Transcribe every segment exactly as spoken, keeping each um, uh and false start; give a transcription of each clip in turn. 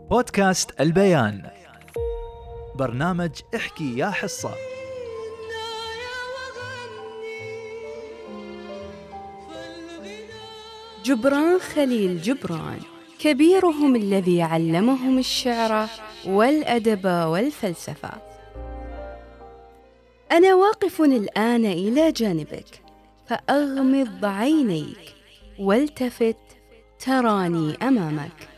بودكاست البيان، برنامج احكي يا حصة. جبران خليل جبران كبيرهم الذي علمهم الشعر والأدب والفلسفة. أنا واقف الآن إلى جانبك، فأغمض عينيك والتفت تراني أمامك.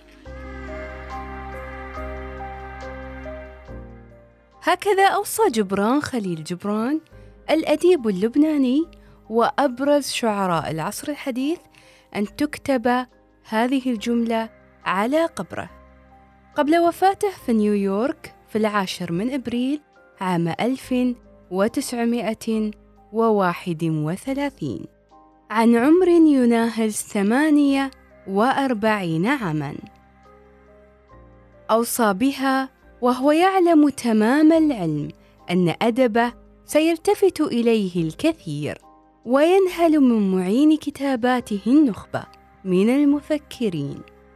هكذا أوصى جبران خليل جبران الأديب اللبناني وأبرز شعراء العصر الحديث أن تكتب هذه الجملة على قبره قبل وفاته في نيويورك في العاشر من أبريل عام ألف وتسعمائة وواحد وثلاثين، عن عمر يناهز ثمانية وأربعين عاماً. أوصى بها وهو يعلم تمام العلم أن أدبه سيلتفت إليه الكثير وينهل من معين كتاباته النخبة من المفكرين،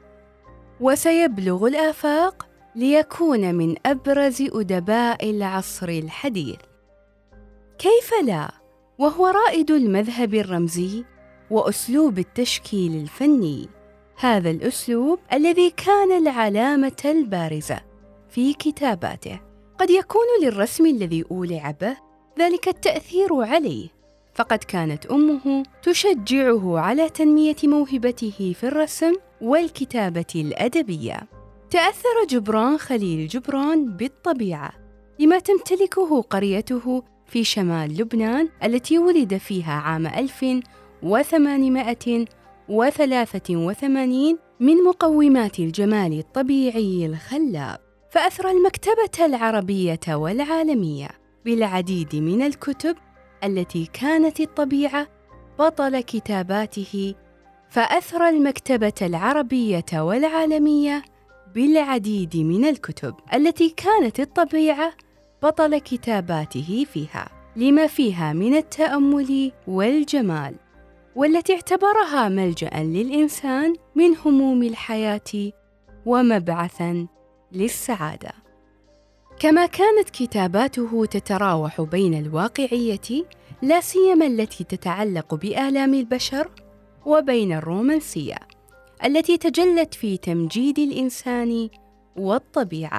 وسيبلغ الآفاق ليكون من أبرز أدباء العصر الحديث. كيف لا وهو رائد المذهب الرمزي وأسلوب التشكيل الفني، هذا الأسلوب الذي كان العلامة البارزة في كتاباته. قد يكون للرسم الذي أولع به ذلك التأثير عليه، فقد كانت أمه تشجعه على تنمية موهبته في الرسم والكتابة الأدبية. تأثر جبران خليل جبران بالطبيعة لما تمتلكه قريته في شمال لبنان التي ولد فيها عام ألف وثمانمائة وثلاثة وثمانين من مقومات الجمال الطبيعي الخلاب، فأثرى المكتبة العربية والعالمية بالعديد من الكتب التي كانت الطبيعة بطل كتاباته فأثرى المكتبة العربية والعالمية بالعديد من الكتب التي كانت الطبيعة بطل كتاباته فيها، لما فيها من التأمل والجمال، والتي اعتبرها ملجأ للإنسان من هموم الحياة ومبعثاً للسعادة. كما كانت كتاباته تتراوح بين الواقعية لا سيما التي تتعلق بآلام البشر وبين الرومانسية التي تجلت في تمجيد الإنسان والطبيعة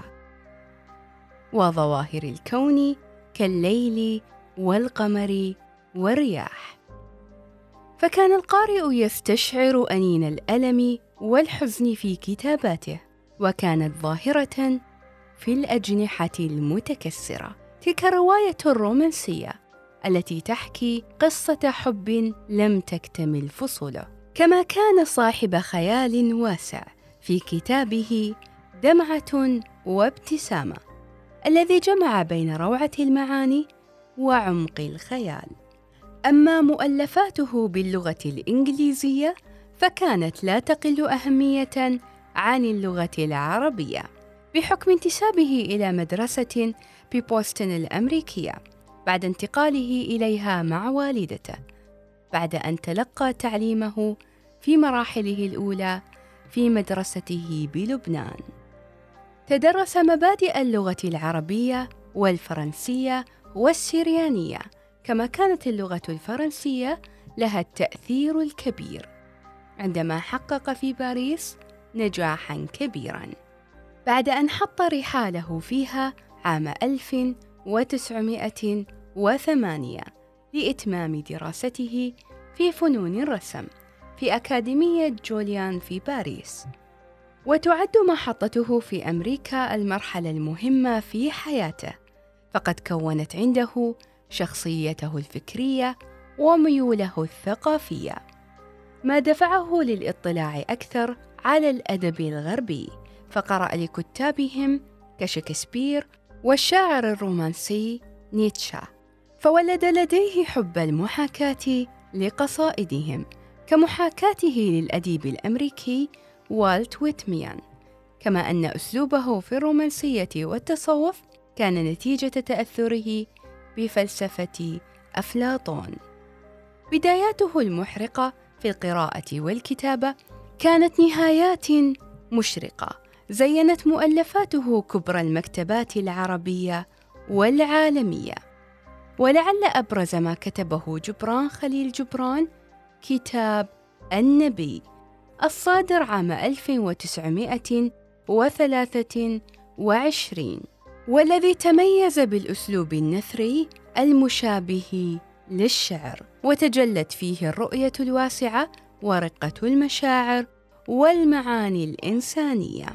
وظواهر الكون كالليل والقمر والرياح. فكان القارئ يستشعر أنين الألم والحزن في كتاباته، وكانت ظاهرة في الأجنحة المتكسرة. تلك الرواية الرومانسية التي تحكي قصة حب لم تكتمل فصوله. كما كان صاحب خيال واسع في كتابه دمعة وابتسامة، الذي جمع بين روعة المعاني وعمق الخيال. أما مؤلفاته باللغة الإنجليزية فكانت لا تقل أهمية عن اللغة العربية، بحكم انتسابه إلى مدرسة ببوسطن الأمريكية بعد انتقاله إليها مع والدته، بعد أن تلقى تعليمه في مراحله الأولى في مدرسته بلبنان. تدرس مبادئ اللغة العربية والفرنسية والسريانية، كما كانت اللغة الفرنسية لها التأثير الكبير عندما حقق في باريس نجاحاً كبيراً، بعد أن حط رحاله فيها عام ألف وتسعمائة وثمانية لإتمام دراسته في فنون الرسم في أكاديمية جوليان في باريس. وتعد محطته في أمريكا المرحلة المهمة في حياته، فقد كونت عنده شخصيته الفكرية وميوله الثقافية، ما دفعه للاطلاع أكثر على الأدب الغربي، فقرأ لكتابهم كشكسبير والشاعر الرومانسي نيتشه، فولد لديه حب المحاكاة لقصائدهم كمحاكاته للأديب الأمريكي والت ويتميان. كما أن أسلوبه في الرومانسية والتصوف كان نتيجة تأثره بفلسفة أفلاطون. بداياته المحرقة في القراءة والكتابة كانت نهايات مشرقة زينت مؤلفاته كبرى المكتبات العربية والعالمية. ولعل أبرز ما كتبه جبران خليل جبران كتاب النبي، الصادر عام ألف وتسعمائة وثلاثة وعشرين، والذي تميز بالأسلوب النثري المشابه للشعر، وتجلت فيه الرؤية الواسعة ورقة المشاعر والمعاني الإنسانية.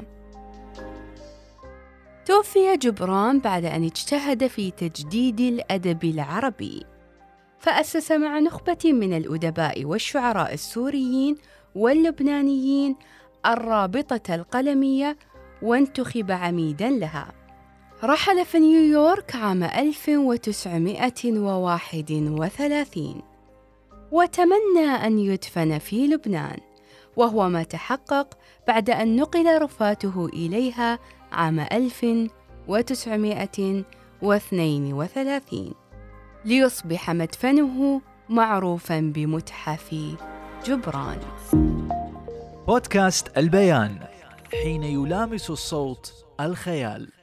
توفي جبران بعد أن اجتهد في تجديد الأدب العربي، فأسس مع نخبة من الأدباء والشعراء السوريين واللبنانيين الرابطة القلمية، وانتخب عميداً لها. رحل في نيويورك عام ألف وتسعمائة وواحد وثلاثين، وتمنى أن يدفن في لبنان، وهو ما تحقق بعد أن نقل رفاته إليها عام ألف وتسعمائة واثنين وثلاثين، ليصبح مدفنه معروفاً بمتحف جبران. بودكاست البيان، حين يلامس الصوت الخيال.